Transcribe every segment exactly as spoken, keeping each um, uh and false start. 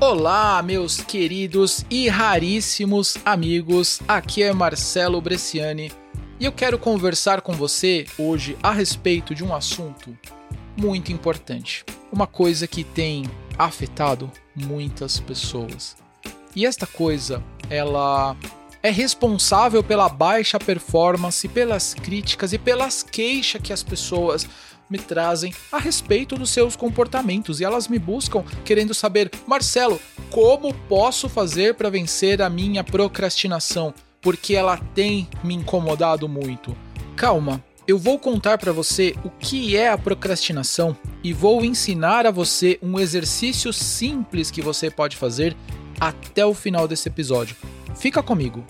Olá, meus queridos e raríssimos amigos, aqui é Marcelo Bresciani e eu quero conversar com você hoje a respeito de um assunto muito importante, uma coisa que tem afetado muitas pessoas. E esta coisa, ela é responsável pela baixa performance, pelas críticas e pelas queixas que as pessoas me trazem a respeito dos seus comportamentos, e elas me buscam querendo saber: Marcelo, como posso fazer para vencer a minha procrastinação? Porque ela tem me incomodado muito. Calma, eu vou contar para você o que é a procrastinação e vou ensinar a você um exercício simples que você pode fazer até o final desse episódio. Fica comigo.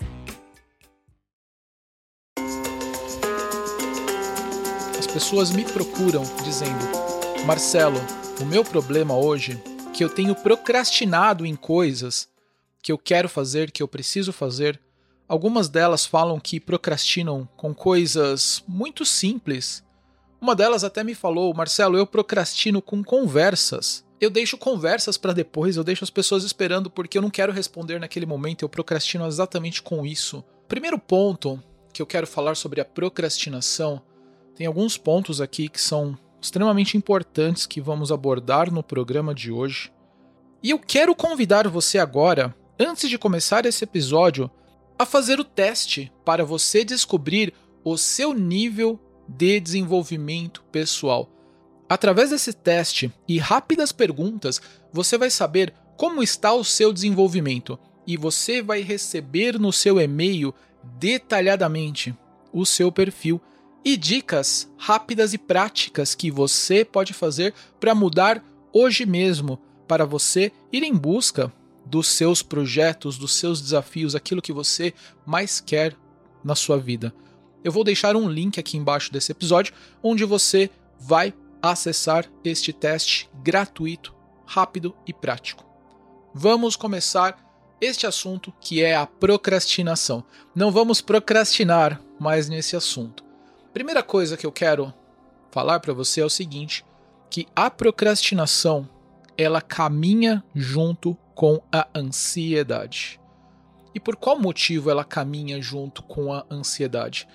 As pessoas me procuram dizendo: Marcelo, o meu problema hoje é que eu tenho procrastinado em coisas que eu quero fazer, que eu preciso fazer. Algumas delas falam que procrastinam com coisas muito simples. Uma delas até me falou: Marcelo, eu procrastino com conversas. Eu deixo conversas para depois, eu deixo as pessoas esperando porque eu não quero responder naquele momento, eu procrastino exatamente com isso. Primeiro ponto que eu quero falar sobre a procrastinação, tem alguns pontos aqui que são extremamente importantes que vamos abordar no programa de hoje. E eu quero convidar você agora, antes de começar esse episódio, a fazer o teste para você descobrir o seu nível de desenvolvimento pessoal. Através desse teste e rápidas perguntas, você vai saber como está o seu desenvolvimento e você vai receber no seu e-mail detalhadamente o seu perfil e dicas rápidas e práticas que você pode fazer para mudar hoje mesmo, para você ir em busca dos seus projetos, dos seus desafios, aquilo que você mais quer na sua vida. Eu vou deixar um link aqui embaixo desse episódio, onde você vai acessar este teste gratuito, rápido e prático. Vamos começar este assunto que é a procrastinação. Não vamos procrastinar mais nesse assunto. Primeira coisa que eu quero falar para você é o seguinte, que a procrastinação, ela caminha junto com a ansiedade. E por qual motivo ela caminha junto com a ansiedade?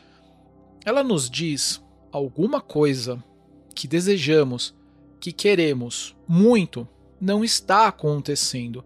Ela nos diz alguma coisa que desejamos, que queremos muito, não está acontecendo.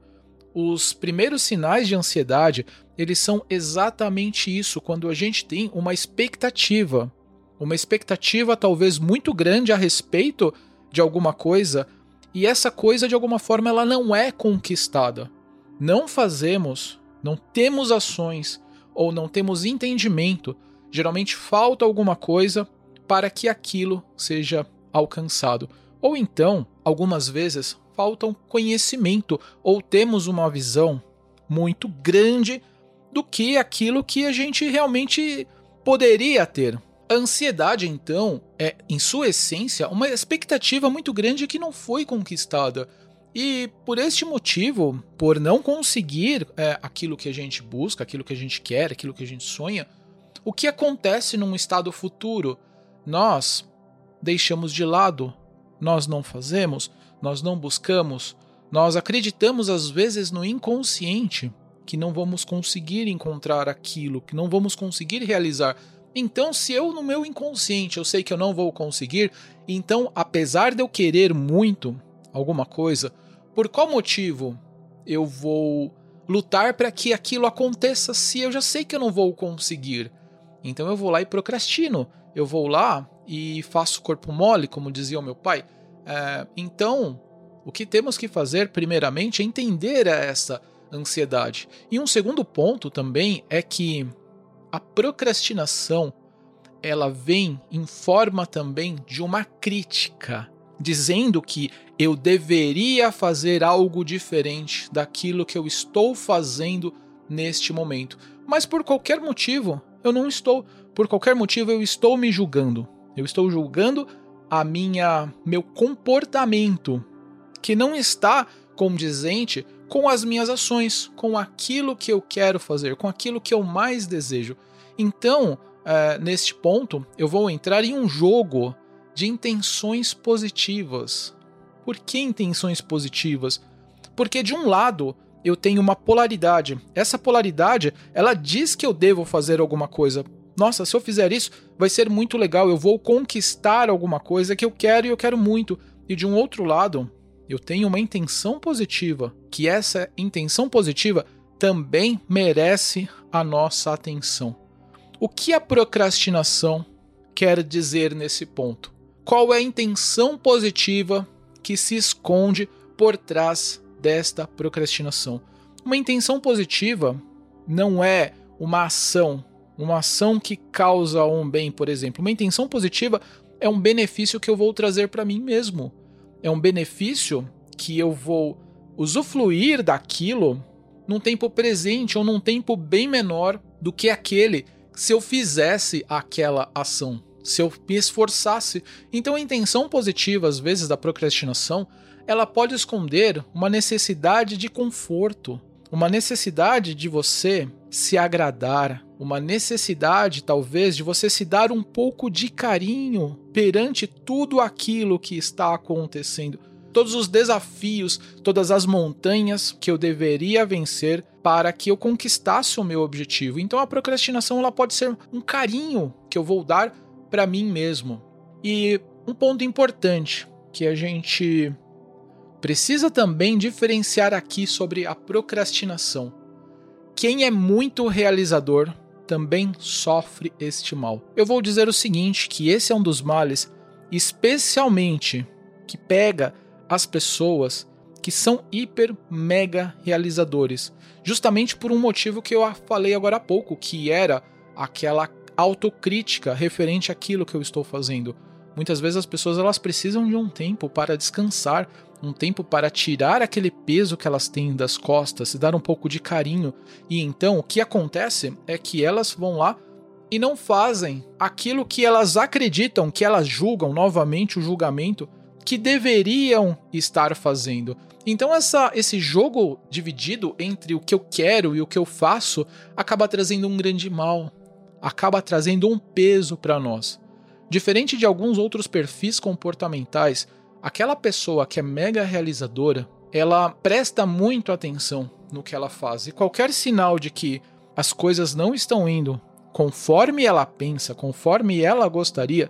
Os primeiros sinais de ansiedade, eles são exatamente isso, quando a gente tem uma expectativa, uma expectativa talvez muito grande a respeito de alguma coisa, e essa coisa de alguma forma ela não é conquistada. Não fazemos, não temos ações ou não temos entendimento, geralmente falta alguma coisa para que aquilo seja alcançado. Ou então, algumas vezes, falta conhecimento ou temos uma visão muito grande do que aquilo que a gente realmente poderia ter. A ansiedade, então, é, em sua essência, uma expectativa muito grande que não foi conquistada. E por este motivo, por não conseguir é, aquilo que a gente busca, aquilo que a gente quer, aquilo que a gente sonha, o que acontece num estado futuro? Nós deixamos de lado, nós não fazemos, nós não buscamos, nós acreditamos às vezes no inconsciente que não vamos conseguir encontrar aquilo, que não vamos conseguir realizar. Então, se eu no meu inconsciente eu sei que eu não vou conseguir, então, apesar de eu querer muito alguma coisa, por qual motivo eu vou lutar para que aquilo aconteça se eu já sei que eu não vou conseguir? Então eu vou lá e procrastino, eu vou lá e faço corpo mole, como dizia o meu pai. É, então, o que temos que fazer primeiramente é entender essa ansiedade. E um segundo ponto também é que a procrastinação, ela vem em forma também de uma crítica, dizendo que eu deveria fazer algo diferente daquilo que eu estou fazendo neste momento. Mas por qualquer motivo, eu não estou. Por qualquer motivo, eu estou me julgando. Eu estou julgando a minha, meu comportamento, que não está condizente com as minhas ações, com aquilo que eu quero fazer, com aquilo que eu mais desejo. Então, uh, neste ponto, eu vou entrar em um jogo de intenções positivas. Por que intenções positivas? Porque de um lado eu tenho uma polaridade. Essa polaridade, ela diz que eu devo fazer alguma coisa. Nossa, se eu fizer isso, vai ser muito legal, eu vou conquistar alguma coisa que eu quero e eu quero muito. E de um outro lado, eu tenho uma intenção positiva, que essa intenção positiva também merece a nossa atenção. O que a procrastinação quer dizer nesse ponto? Qual é a intenção positiva que se esconde por trás desta procrastinação? Uma intenção positiva não é uma ação, uma ação que causa um bem, por exemplo. Uma intenção positiva é um benefício que eu vou trazer para mim mesmo. É um benefício que eu vou usufruir daquilo num tempo presente ou num tempo bem menor do que aquele se eu fizesse aquela ação, se eu me esforçasse. Então a intenção positiva, às vezes, da procrastinação, ela pode esconder uma necessidade de conforto, uma necessidade de você se agradar, uma necessidade, talvez, de você se dar um pouco de carinho perante tudo aquilo que está acontecendo. Todos os desafios, todas as montanhas que eu deveria vencer para que eu conquistasse o meu objetivo. Então a procrastinação ela pode ser um carinho que eu vou dar para mim mesmo. E um ponto importante que a gente precisa também diferenciar aqui sobre a procrastinação. Quem é muito realizador também sofre este mal. Eu vou dizer o seguinte, que esse é um dos males, especialmente que pega as pessoas que são hiper mega realizadores, justamente por um motivo que eu falei agora há pouco, que era aquela autocrítica referente àquilo que eu estou fazendo. Muitas vezes as pessoas elas precisam de um tempo para descansar, um tempo para tirar aquele peso que elas têm das costas, se dar um pouco de carinho. E então o que acontece é que elas vão lá e não fazem aquilo que elas acreditam, que elas julgam, novamente o julgamento, que deveriam estar fazendo. Então essa, esse jogo dividido entre o que eu quero e o que eu faço acaba trazendo um grande mal, acaba trazendo um peso para nós. Diferente de alguns outros perfis comportamentais, aquela pessoa que é mega realizadora, ela presta muito atenção no que ela faz. E qualquer sinal de que as coisas não estão indo conforme ela pensa, conforme ela gostaria,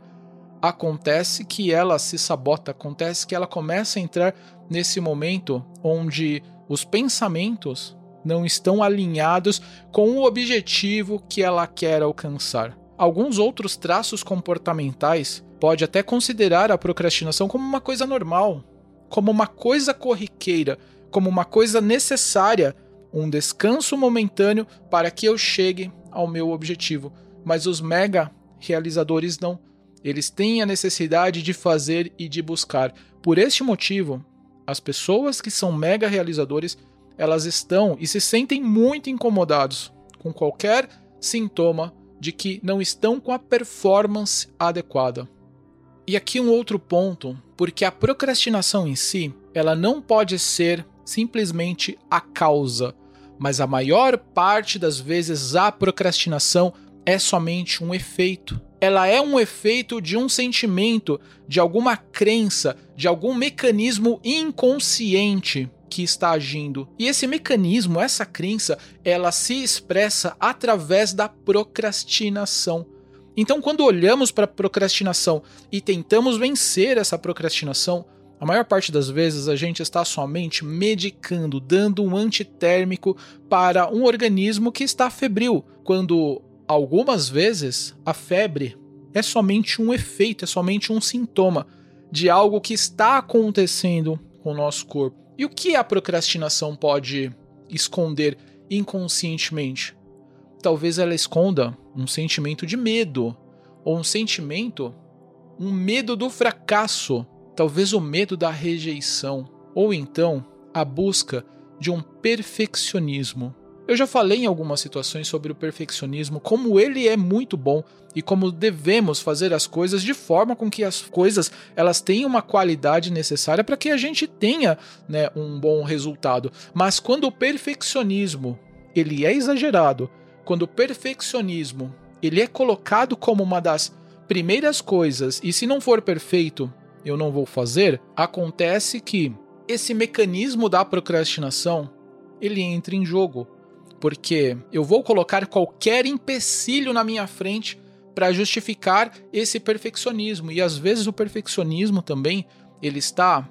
acontece que ela se sabota, acontece que ela começa a entrar nesse momento onde os pensamentos não estão alinhados com o objetivo que ela quer alcançar. Alguns outros traços comportamentais pode até considerar a procrastinação como uma coisa normal, como uma coisa corriqueira, como uma coisa necessária, um descanso momentâneo para que eu chegue ao meu objetivo. Mas os mega realizadores não. Eles têm a necessidade de fazer e de buscar. Por este motivo, as pessoas que são mega realizadores, elas estão e se sentem muito incomodados com qualquer sintoma de que não estão com a performance adequada. E aqui um outro ponto, porque a procrastinação em si, ela não pode ser simplesmente a causa, mas a maior parte das vezes a procrastinação é somente um efeito. Ela é um efeito de um sentimento, de alguma crença, de algum mecanismo inconsciente que está agindo. E esse mecanismo, essa crença, ela se expressa através da procrastinação. Então, quando olhamos para a procrastinação e tentamos vencer essa procrastinação, a maior parte das vezes a gente está somente medicando, dando um antitérmico para um organismo que está febril, quando algumas vezes a febre é somente um efeito, é somente um sintoma de algo que está acontecendo com o nosso corpo. E o que a procrastinação pode esconder inconscientemente? Talvez ela esconda um sentimento de medo, ou um sentimento, um medo do fracasso, talvez o medo da rejeição, ou então a busca de um perfeccionismo. Eu já falei em algumas situações sobre o perfeccionismo, como ele é muito bom e como devemos fazer as coisas de forma com que as coisas elas tenham uma qualidade necessária para que a gente tenha, né, um bom resultado. Mas quando o perfeccionismo ele é exagerado, quando o perfeccionismo ele é colocado como uma das primeiras coisas e se não for perfeito eu não vou fazer, acontece que esse mecanismo da procrastinação, ele entra em jogo, porque eu vou colocar qualquer empecilho na minha frente para justificar esse perfeccionismo, e às vezes o perfeccionismo também, ele está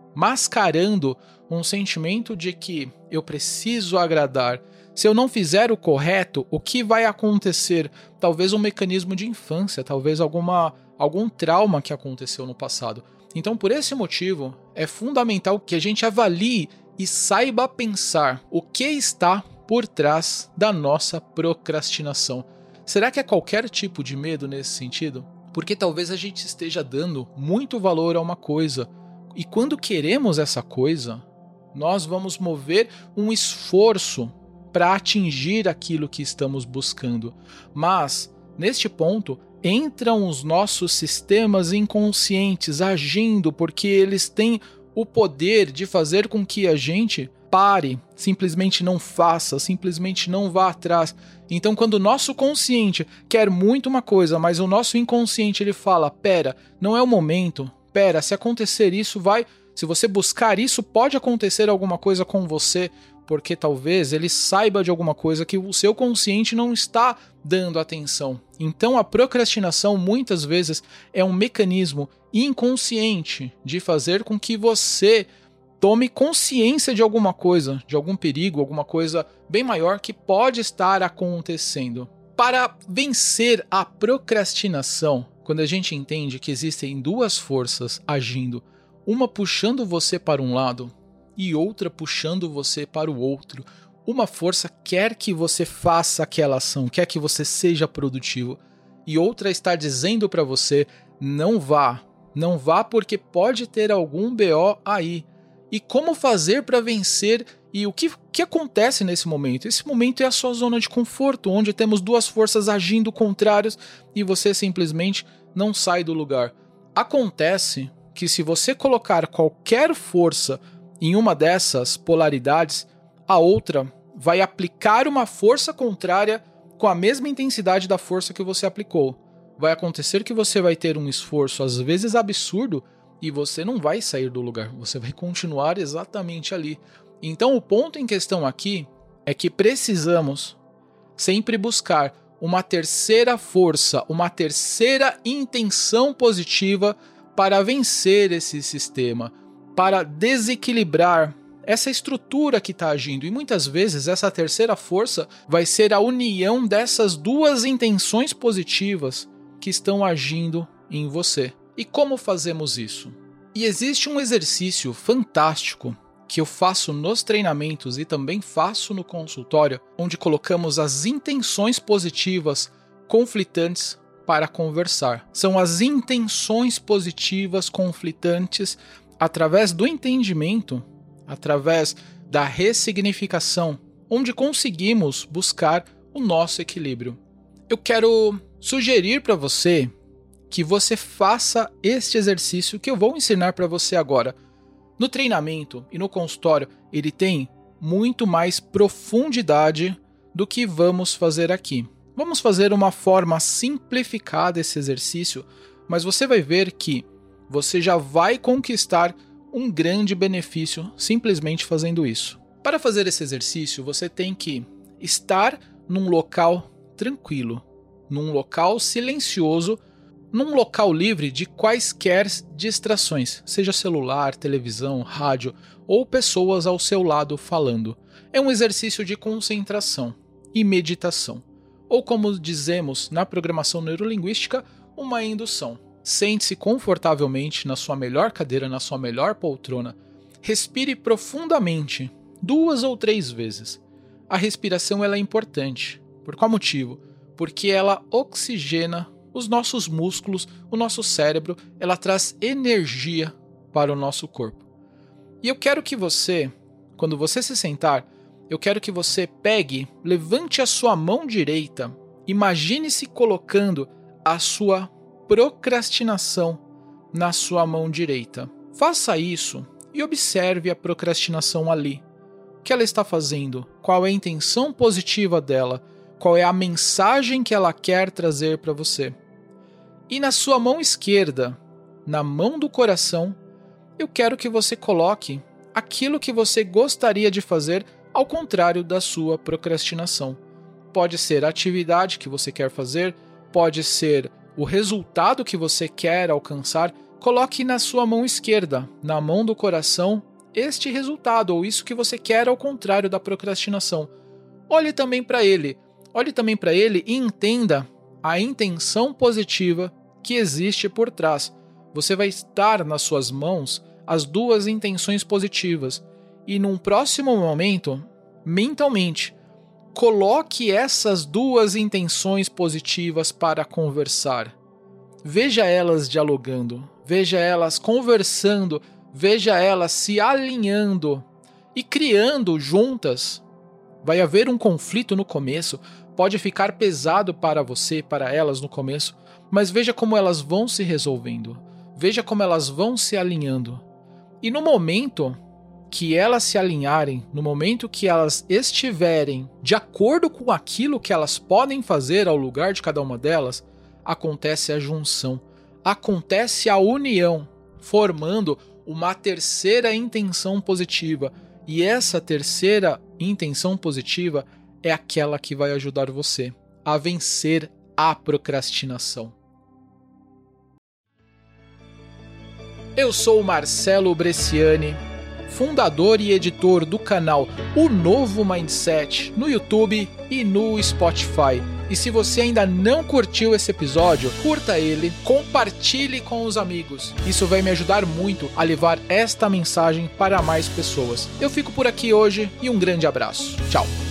mascarando um sentimento de que eu preciso agradar. Se eu não fizer o correto, o que vai acontecer? Talvez um mecanismo de infância, talvez alguma, algum trauma que aconteceu no passado. Então, por esse motivo, é fundamental que a gente avalie e saiba pensar o que está por trás da nossa procrastinação. Será que é qualquer tipo de medo nesse sentido? Porque talvez a gente esteja dando muito valor a uma coisa, e quando queremos essa coisa, nós vamos mover um esforço para atingir aquilo que estamos buscando. Mas, neste ponto, entram os nossos sistemas inconscientes agindo, porque eles têm o poder de fazer com que a gente pare, simplesmente não faça, simplesmente não vá atrás. Então, quando o nosso consciente quer muito uma coisa, mas o nosso inconsciente ele fala, pera, não é o momento, pera, se acontecer isso, vai, se você buscar isso, pode acontecer alguma coisa com você, porque talvez ele saiba de alguma coisa que o seu consciente não está dando atenção. Então a procrastinação muitas vezes é um mecanismo inconsciente de fazer com que você tome consciência de alguma coisa, de algum perigo, alguma coisa bem maior que pode estar acontecendo. Para vencer a procrastinação, quando a gente entende que existem duas forças agindo, uma puxando você para um lado e outra puxando você para o outro. Uma força quer que você faça aquela ação, quer que você seja produtivo, e outra está dizendo para você, não vá, não vá porque pode ter algum B O aí. E como fazer para vencer? E o que, que acontece nesse momento? Esse momento é a sua zona de conforto, onde temos duas forças agindo contrárias e você simplesmente não sai do lugar. Acontece que se você colocar qualquer força em uma dessas polaridades, a outra vai aplicar uma força contrária com a mesma intensidade da força que você aplicou. Vai acontecer que você vai ter um esforço, às vezes absurdo, e você não vai sair do lugar, você vai continuar exatamente ali. Então o ponto em questão aqui é que precisamos sempre buscar uma terceira força, uma terceira intenção positiva para vencer esse sistema, para desequilibrar essa estrutura que está agindo. E muitas vezes essa terceira força vai ser a união dessas duas intenções positivas que estão agindo em você. E como fazemos isso? E existe um exercício fantástico que eu faço nos treinamentos e também faço no consultório, onde colocamos as intenções positivas conflitantes para conversar. São as intenções positivas conflitantes através do entendimento, através da ressignificação, onde conseguimos buscar o nosso equilíbrio. Eu quero sugerir para você que você faça este exercício que eu vou ensinar para você agora. No treinamento e no consultório, ele tem muito mais profundidade do que vamos fazer aqui. Vamos fazer uma forma simplificada esse exercício, mas você vai ver que você já vai conquistar um grande benefício simplesmente fazendo isso. Para fazer esse exercício, você tem que estar num local tranquilo, num local silencioso, num local livre de quaisquer distrações, seja celular, televisão, rádio ou pessoas ao seu lado falando. É um exercício de concentração e meditação, ou como dizemos na programação neurolinguística, uma indução. Sente-se confortavelmente na sua melhor cadeira, na sua melhor poltrona. Respire profundamente, duas ou três vezes. A respiração ela é importante. Por qual motivo? Porque ela oxigena os nossos músculos, o nosso cérebro, ela traz energia para o nosso corpo. E eu quero que você, quando você se sentar, eu quero que você pegue, levante a sua mão direita, imagine-se colocando a sua procrastinação na sua mão direita. Faça isso e observe a procrastinação ali. O que ela está fazendo? Qual é a intenção positiva dela? Qual é a mensagem que ela quer trazer para você? E na sua mão esquerda, na mão do coração, eu quero que você coloque aquilo que você gostaria de fazer, ao contrário da sua procrastinação. Pode ser a atividade que você quer fazer, pode ser o resultado que você quer alcançar. Coloque na sua mão esquerda, na mão do coração, este resultado ou isso que você quer ao contrário da procrastinação. Olhe também para ele. Olhe também para ele e entenda a intenção positiva que existe por trás. Você vai estar nas suas mãos as duas intenções positivas. E num próximo momento, mentalmente, coloque essas duas intenções positivas para conversar. Veja elas dialogando, veja elas conversando, veja elas se alinhando e criando juntas. Vai haver um conflito no começo, pode ficar pesado para você, para elas no começo, mas veja como elas vão se resolvendo, veja como elas vão se alinhando. E no momento que elas se alinharem, no momento que elas estiverem de acordo com aquilo que elas podem fazer ao lugar de cada uma delas, acontece a junção, acontece a união, formando uma terceira intenção positiva. E essa terceira intenção positiva é aquela que vai ajudar você a vencer a procrastinação. Eu sou o Marcelo Bresciani, fundador e editor do canal O Novo Mindset no YouTube e no Spotify. E se você ainda não curtiu esse episódio, curta ele, compartilhe com os amigos. Isso vai me ajudar muito a levar esta mensagem para mais pessoas. Eu fico por aqui hoje e um grande abraço. Tchau!